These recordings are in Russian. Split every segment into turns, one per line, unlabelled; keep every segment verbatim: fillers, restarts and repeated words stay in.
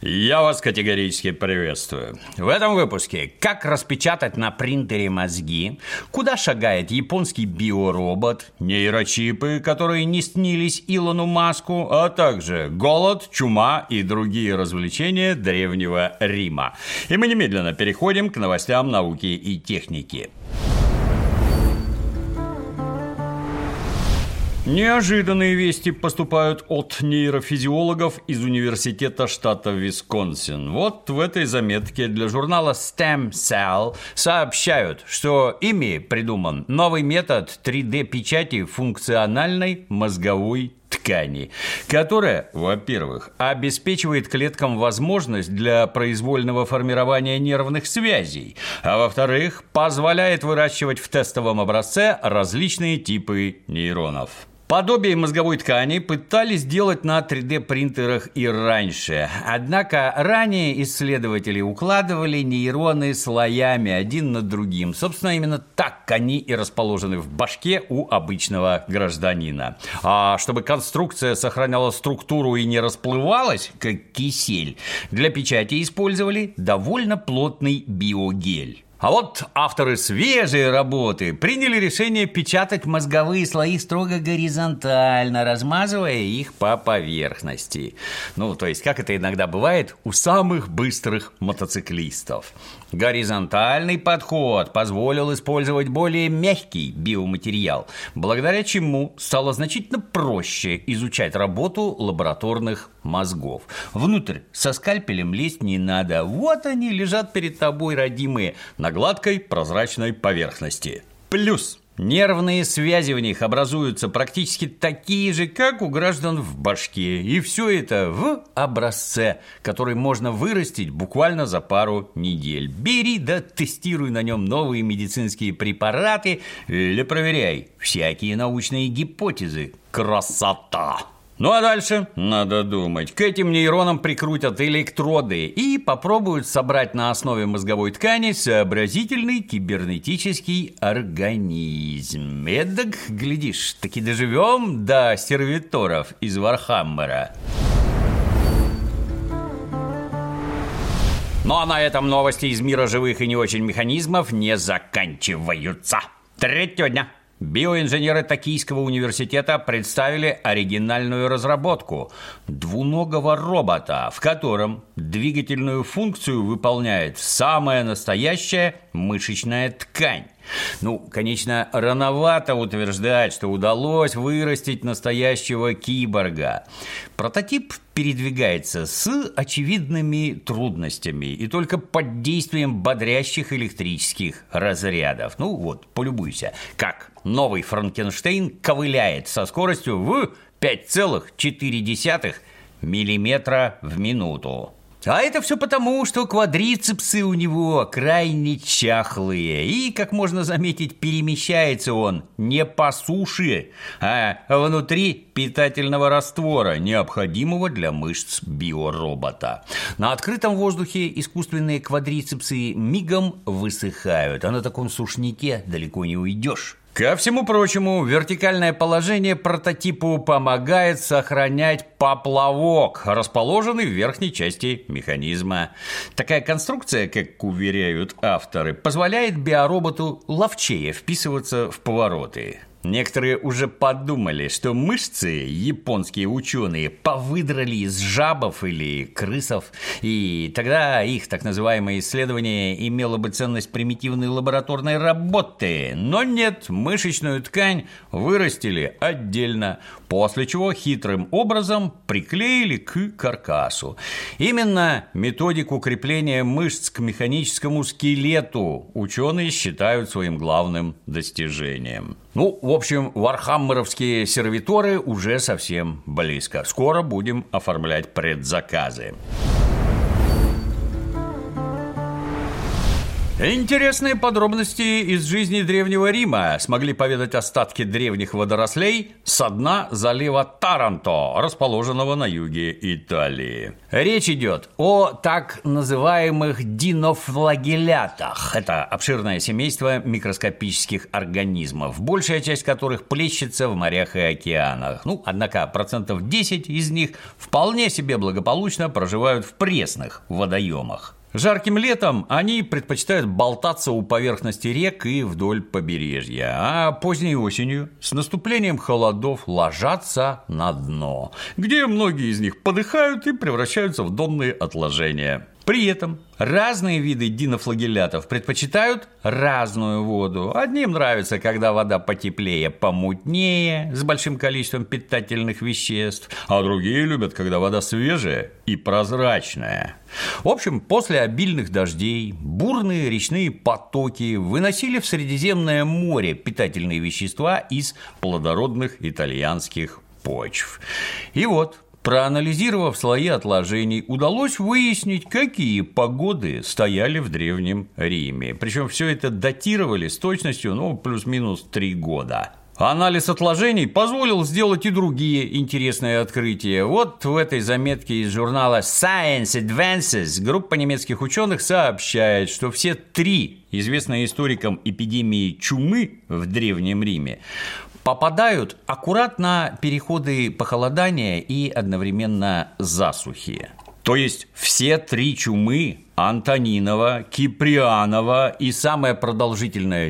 Я вас категорически приветствую. В этом выпуске как распечатать на принтере мозги, куда шагает японский биоробот, нейрочипы, которые не снились Илону Маску, а также голод, чума и другие развлечения древнего Рима. И мы немедленно переходим к новостям науки и техники. Неожиданные вести поступают от нейрофизиологов из университета штата Висконсин. Вот в этой заметке для журнала Stem Cell сообщают, что ими придуман новый метод три дэ-печати функциональной мозговой ткани, которая, во-первых, обеспечивает клеткам возможность для произвольного формирования нервных связей, а во-вторых, позволяет выращивать в тестовом образце различные типы нейронов. Подобие мозговой ткани пытались сделать на три дэ-принтерах и раньше. Однако ранее исследователи укладывали нейроны слоями один над другим. Собственно, именно так они и расположены в башке у обычного гражданина. А чтобы конструкция сохраняла структуру и не расплывалась, как кисель, для печати использовали довольно плотный биогель. А вот авторы свежей работы приняли решение печатать мозговые слои строго горизонтально, размазывая их по поверхности. Ну, то есть, как это иногда бывает у самых быстрых мотоциклистов. Горизонтальный подход позволил использовать более мягкий биоматериал, благодаря чему стало значительно проще изучать работу лабораторных мозгов. Внутрь со скальпелем лезть не надо. Вот они лежат перед тобой, родимые, на гладкой прозрачной поверхности. Плюс нервные связи в них образуются практически такие же, как у граждан в башке. И все это в образце, который можно вырастить буквально за пару недель. Бери да тестируй на нем новые медицинские препараты или проверяй всякие научные гипотезы. Красота! Ну а дальше надо думать. К этим нейронам прикрутят электроды и попробуют собрать на основе мозговой ткани сообразительный кибернетический организм. Эдак, глядишь, таки доживем до сервиторов из Вархаммера. Ну а на этом новости из мира живых и не очень механизмов не заканчиваются. Третьего дня биоинженеры Токийского университета представили оригинальную разработку двуногого робота, в котором двигательную функцию выполняет самая настоящая мышечная ткань. Ну, конечно, рановато утверждать, что удалось вырастить настоящего киборга. Прототип передвигается с очевидными трудностями и только под действием бодрящих электрических разрядов. Ну вот, полюбуйся, как новый Франкенштейн ковыляет со скоростью в пять целых четыре десятых миллиметра в минуту. А это все потому, что квадрицепсы у него крайне чахлые. И, как можно заметить, перемещается он не по суше, а внутри питательного раствора, необходимого для мышц биоробота. На открытом воздухе искусственные квадрицепсы мигом высыхают, а на таком сушняке далеко не уйдешь. Ко всему прочему, вертикальное положение прототипу помогает сохранять поплавок, расположенный в верхней части механизма. Такая конструкция, как уверяют авторы, позволяет биороботу ловчее вписываться в повороты. Некоторые уже подумали, что мышцы японские ученые повыдрали из жабов или крысов, и тогда их так называемое исследование имело бы ценность примитивной лабораторной работы. Но нет, мышечную ткань вырастили отдельно, после чего хитрым образом приклеили к каркасу. Именно методику крепления мышц к механическому скелету ученые считают своим главным достижением. Ну, в общем, вархаммеровские сервиторы уже совсем близко. Скоро будем оформлять предзаказы. Интересные подробности из жизни Древнего Рима смогли поведать остатки древних водорослей со дна залива Таранто, расположенного на юге Италии. Речь идет о так называемых динофлагеллятах. Это обширное семейство микроскопических организмов, большая часть которых плещется в морях и океанах. Ну, однако процентов десять из них вполне себе благополучно проживают в пресных водоемах. Жарким летом они предпочитают болтаться у поверхности рек и вдоль побережья, а поздней осенью с наступлением холодов ложатся на дно, где многие из них подыхают и превращаются в донные отложения. При этом разные виды динофлагеллятов предпочитают разную воду. Одним нравится, когда вода потеплее, помутнее, с большим количеством питательных веществ, а другие любят, когда вода свежая и прозрачная. В общем, после обильных дождей бурные речные потоки выносили в Средиземное море питательные вещества из плодородных итальянских почв. И вот, проанализировав слои отложений, удалось выяснить, какие погоды стояли в Древнем Риме. Причем все это датировали с точностью, ну, плюс-минус три года. Анализ отложений позволил сделать и другие интересные открытия. Вот в этой заметке из журнала Science Advances группа немецких ученых сообщает, что все три известные историкам эпидемии чумы в Древнем Риме попадают аккурат на переходы похолодания и одновременно засухи. То есть все три чумы – Антонинова, Киприанова и самая продолжительная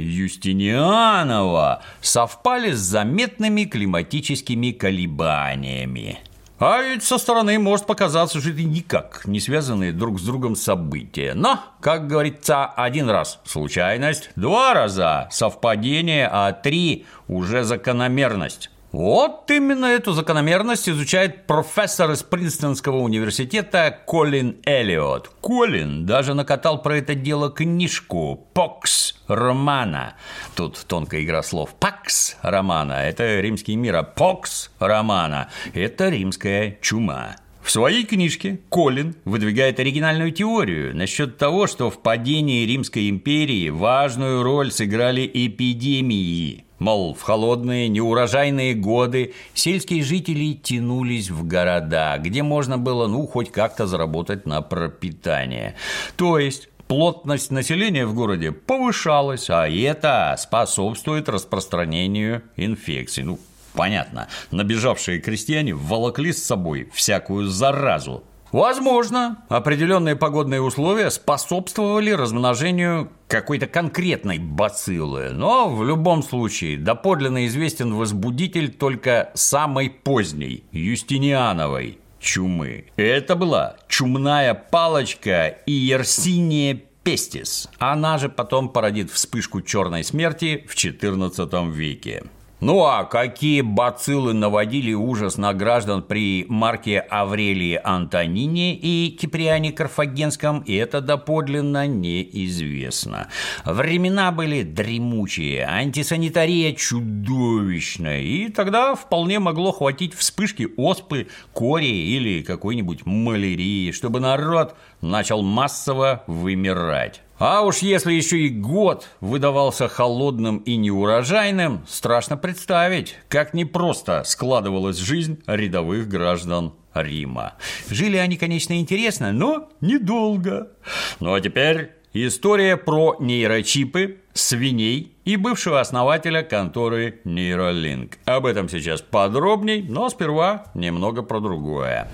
Юстинианова – совпали с заметными климатическими колебаниями. А ведь со стороны может показаться, что это никак не связанные друг с другом события. Но, как говорится, один раз случайность, два раза совпадение, а три уже закономерность. Вот именно эту закономерность изучает профессор из Принстонского университета Колин Эллиот. Колин даже накатал про это дело книжку «Pax Romana». Тут тонкая игра слов. «Pax Romana» – это римский мир, а «Pax Romana» – это римская чума. В своей книжке Колин выдвигает оригинальную теорию насчет того, что в падении Римской империи важную роль сыграли эпидемии. Мол, в холодные, неурожайные годы сельские жители тянулись в города, где можно было, ну, хоть как-то заработать на пропитание. То есть плотность населения в городе повышалась, а это способствует распространению инфекций. Ну, понятно, набежавшие крестьяне волокли с собой всякую заразу. Возможно, определенные погодные условия способствовали размножению какой-то конкретной бациллы, но в любом случае доподлинно известен возбудитель только самой поздней, Юстиниановой чумы. Это была чумная палочка Yersinia pestis. Она же потом породит вспышку черной смерти в четырнадцатом веке. Ну а какие бациллы наводили ужас на граждан при Марке Аврелии Антонине и Киприане Карфагенском, это доподлинно неизвестно. Времена были дремучие, антисанитария чудовищная, и тогда вполне могло хватить вспышки оспы, кори или какой-нибудь малярии, чтобы народ начал массово вымирать. А уж если еще и год выдавался холодным и неурожайным, страшно представить, как непросто складывалась жизнь рядовых граждан Рима. Жили они, конечно, интересно, но недолго. Ну а теперь история про нейрочипы, свиней и бывшего основателя конторы Neuralink. Об этом сейчас подробней, но сперва немного про другое.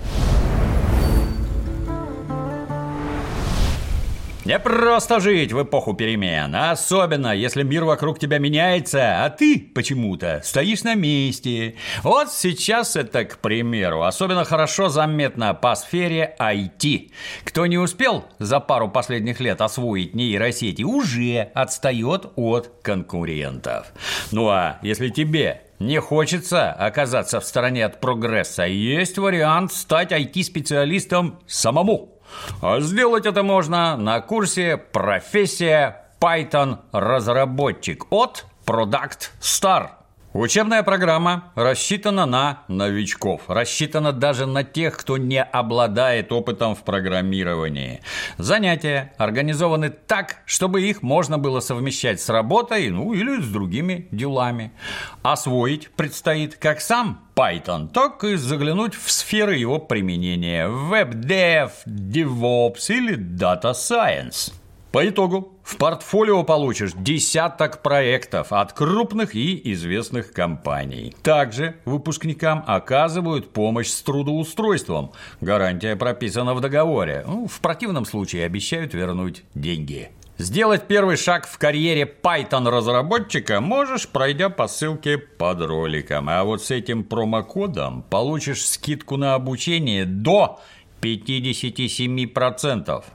Не просто жить в эпоху перемен, особенно если мир вокруг тебя меняется, а ты почему-то стоишь на месте. Вот сейчас это, к примеру, особенно хорошо заметно по сфере ай ти. Кто не успел за пару последних лет освоить нейросети, уже отстает от конкурентов. Ну а если тебе не хочется оказаться в стороне от прогресса, есть вариант стать ай ти-специалистом самому. А сделать это можно на курсе «Профессия Python-разработчик» от Product Star. Учебная программа рассчитана на новичков, рассчитана даже на тех, кто не обладает опытом в программировании. Занятия организованы так, чтобы их можно было совмещать с работой, ну или с другими делами. Освоить предстоит как сам Python, так и заглянуть в сферы его применения – веб-дев, DevOps или Data Science. По итогу в портфолио получишь десяток проектов от крупных и известных компаний. Также выпускникам оказывают помощь с трудоустройством. Гарантия прописана в договоре. Ну, в противном случае обещают вернуть деньги. Сделать первый шаг в карьере Python-разработчика можешь, пройдя по ссылке под роликом. А вот с этим промокодом получишь скидку на обучение до пятьдесят семь процентов.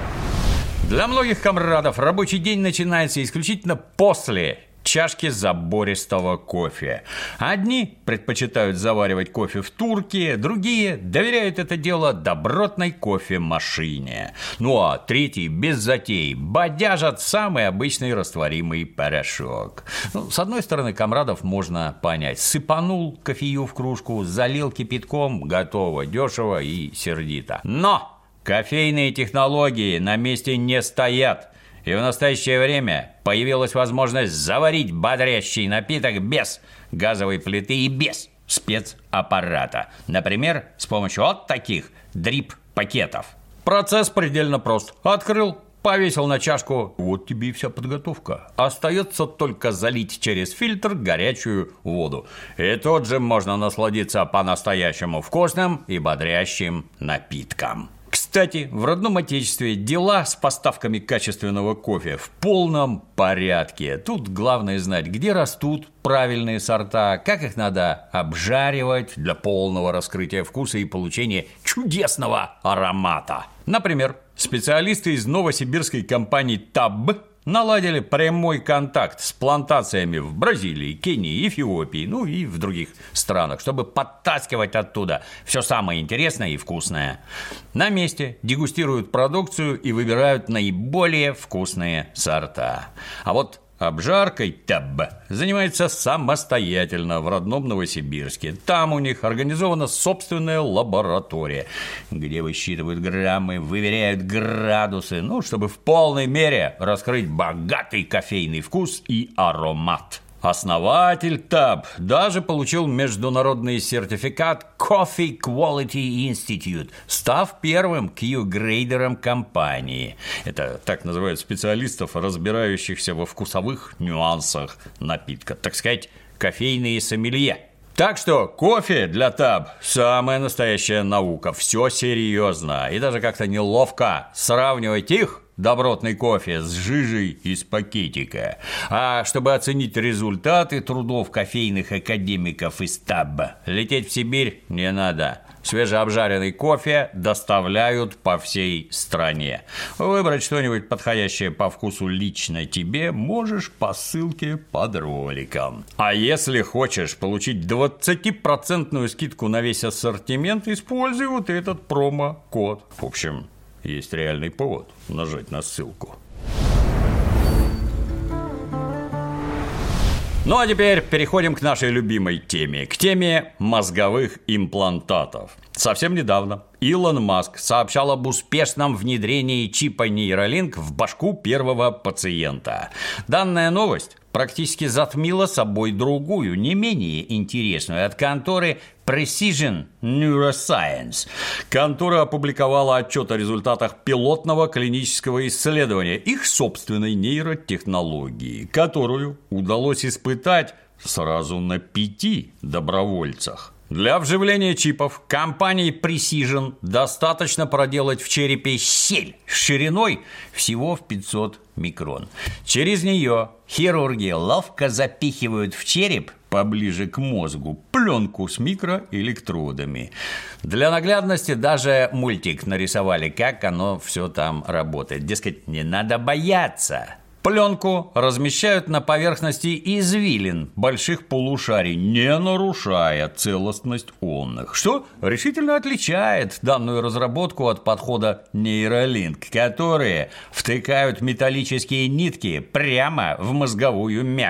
Для многих комрадов рабочий день начинается исключительно после чашки забористого кофе. Одни предпочитают заваривать кофе в турке, другие доверяют это дело добротной кофемашине. Ну а третьи без затей бодяжат самый обычный растворимый порошок. Ну, с одной стороны, комрадов можно понять. Сыпанул кофею в кружку, залил кипятком, готово, дешево и сердито. Но кофейные технологии на месте не стоят, и в настоящее время появилась возможность заварить бодрящий напиток без газовой плиты и без спецаппарата. Например, с помощью вот таких дрип-пакетов. Процесс предельно прост. Открыл, повесил на чашку, вот тебе и вся подготовка. Остается только залить через фильтр горячую воду. И тут же можно насладиться по-настоящему вкусным и бодрящим напитком. Кстати, в родном отечестве дела с поставками качественного кофе в полном порядке. Тут главное знать, где растут правильные сорта, как их надо обжаривать для полного раскрытия вкуса и получения чудесного аромата. Например, специалисты из новосибирской компании таб наладили прямой контакт с плантациями в Бразилии, Кении, Эфиопии, ну и в других странах, чтобы подтаскивать оттуда все самое интересное и вкусное. На месте дегустируют продукцию и выбирают наиболее вкусные сорта. А вот обжаркой таб занимается самостоятельно в родном Новосибирске. Там у них организована собственная лаборатория, где высчитывают граммы, выверяют градусы, ну, чтобы в полной мере раскрыть богатый кофейный вкус и аромат. Основатель таб даже получил международный сертификат Coffee Quality Institute, став первым Q-грейдером компании. Это так называют специалистов, разбирающихся во вкусовых нюансах напитка, так сказать, кофейные сомелье. Так что кофе для таб – самая настоящая наука, все серьезно, и даже как-то неловко сравнивать их, добротный кофе, с жижей из пакетика. А чтобы оценить результаты трудов кофейных академиков из таб, лететь в Сибирь не надо. Свежеобжаренный кофе доставляют по всей стране. Выбрать что-нибудь подходящее по вкусу лично тебе можешь по ссылке под роликом. А если хочешь получить двадцатипроцентную скидку на весь ассортимент, используй вот этот промокод. В общем, есть реальный повод нажать на ссылку. Ну а теперь переходим к нашей любимой теме, к теме мозговых имплантатов. Совсем недавно Илон Маск сообщал об успешном внедрении чипа Neuralink в башку первого пациента. Данная новость практически затмила собой другую, не менее интересную, от конторы Precision Neuroscience. Контора опубликовала отчет о результатах пилотного клинического исследования их собственной нейротехнологии, которую удалось испытать сразу на пяти добровольцах. Для вживления чипов компании Precision достаточно проделать в черепе щель шириной всего в пятьсот микрон. Через нее хирурги ловко запихивают в череп поближе к мозгу пленку с микроэлектродами. Для наглядности даже мультик нарисовали, как оно все там работает. Дескать, не надо бояться. Пленку размещают на поверхности извилин больших полушарий, не нарушая целостность онных, что решительно отличает данную разработку от подхода Neuralink, которые втыкают металлические нитки прямо в мозговую мякоть.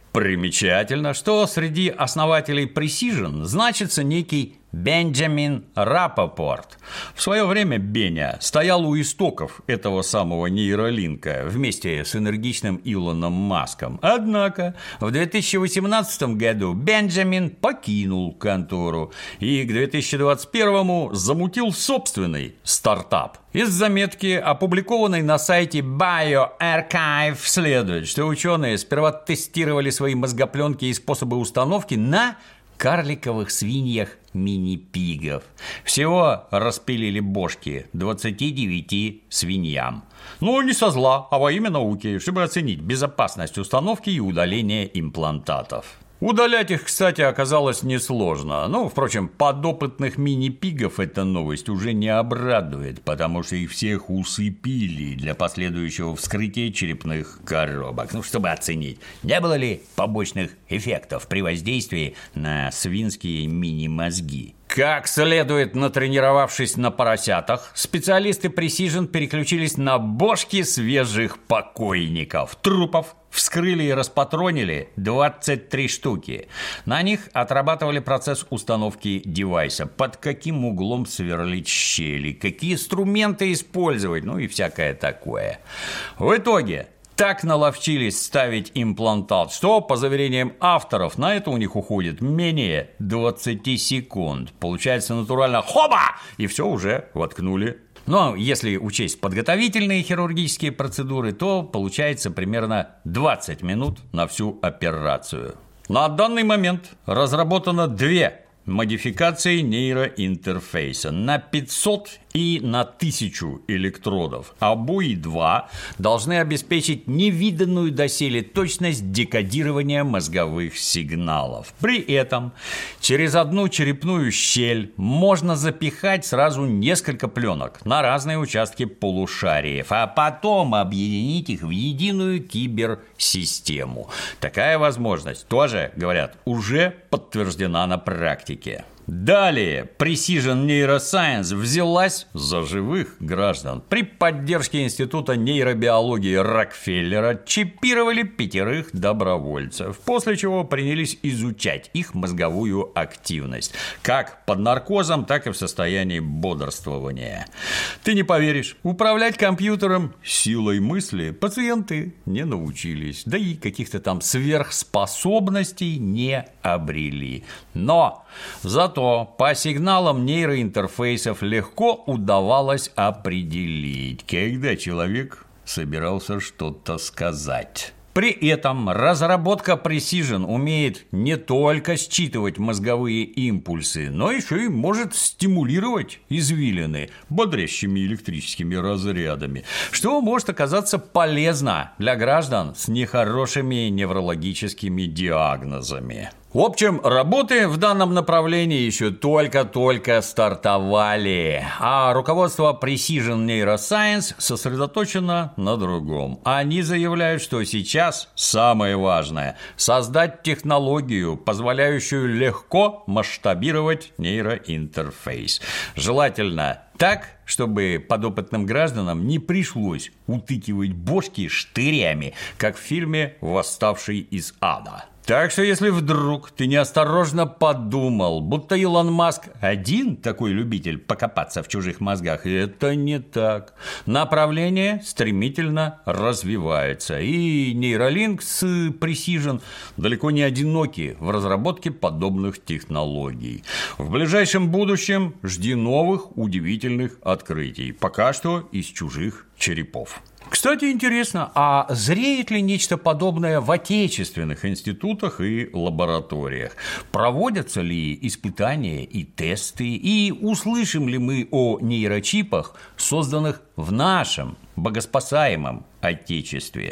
Примечательно, что среди основателей Precision значится некий Бенджамин Рапопорт. В свое время Беня стоял у истоков этого самого нейролинка вместе с энергичным Илоном Маском. Однако в две тысячи восемнадцатом году Бенджамин покинул контору и к две тысячи двадцать первому замутил собственный стартап. Из заметки, опубликованной на сайте BioArchive, следует, что ученые сперва тестировали свои мозгопленки и способы установки на карликовых свиньях мини-пигов. Всего распилили бошки двадцати девяти свиньям. Ну, не со зла, а во имя науки, чтобы оценить безопасность установки и удаления имплантатов. Удалять их, кстати, оказалось несложно. Ну, впрочем, подопытных мини-пигов эта новость уже не обрадует, потому что их всех усыпили для последующего вскрытия черепных коробок. Ну, чтобы оценить, не было ли побочных эффектов при воздействии на свинские мини-мозги. Как следует натренировавшись на поросятах, специалисты Precision переключились на бошки свежих покойников, трупов, вскрыли и распатронили двадцать три штуки. На них отрабатывали процесс установки девайса, под каким углом сверлить щели, какие инструменты использовать, ну и всякое такое. В итоге так наловчились ставить имплантат, что, по заверениям авторов, на это у них уходит менее двадцати секунд. Получается натурально хоба! И все уже воткнули. Но если учесть подготовительные хирургические процедуры, то получается примерно двадцать минут на всю операцию. На данный момент разработано две модификации нейроинтерфейса на пятьсот и на тысячу электродов. Обои два должны обеспечить невиданную доселе точность декодирования мозговых сигналов. При этом через одну черепную щель можно запихать сразу несколько пленок на разные участки полушариев, а потом объединить их в единую киберсистему. Такая возможность тоже, говорят, уже подтверждена на практике. Далее Precision Neuroscience взялась за живых граждан. При поддержке Института нейробиологии Рокфеллера чипировали пятерых добровольцев, после чего принялись изучать их мозговую активность, как под наркозом, так и в состоянии бодрствования. Ты не поверишь, управлять компьютером силой мысли пациенты не научились, да и каких-то там сверхспособностей не обрели. Но зато по сигналам нейроинтерфейсов легко удавалось определить, когда человек собирался что-то сказать. При этом разработка Precision умеет не только считывать мозговые импульсы, но еще и может стимулировать извилины бодрящими электрическими разрядами, что может оказаться полезно для граждан с нехорошими неврологическими диагнозами. В общем, работы в данном направлении еще только-только стартовали, а руководство Precision Neuroscience сосредоточено на другом. Они заявляют, что сейчас самое важное – создать технологию, позволяющую легко масштабировать нейроинтерфейс. Желательно так, чтобы подопытным гражданам не пришлось утыкивать бошки штырями, как в фильме «Восставший из ада». Так что если вдруг ты неосторожно подумал, будто Илон Маск один такой любитель покопаться в чужих мозгах, это не так. Направление стремительно развивается, и нейролинк с Precision далеко не одиноки в разработке подобных технологий. В ближайшем будущем жди новых удивительных открытий, пока что из чужих черепов. Кстати, интересно, а зреет ли нечто подобное в отечественных институтах и лабораториях? Проводятся ли испытания и тесты? И услышим ли мы о нейрочипах, созданных в нашем богоспасаемом Отечестве?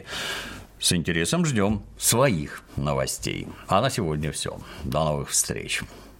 С интересом ждем своих новостей. А на сегодня все. До новых встреч.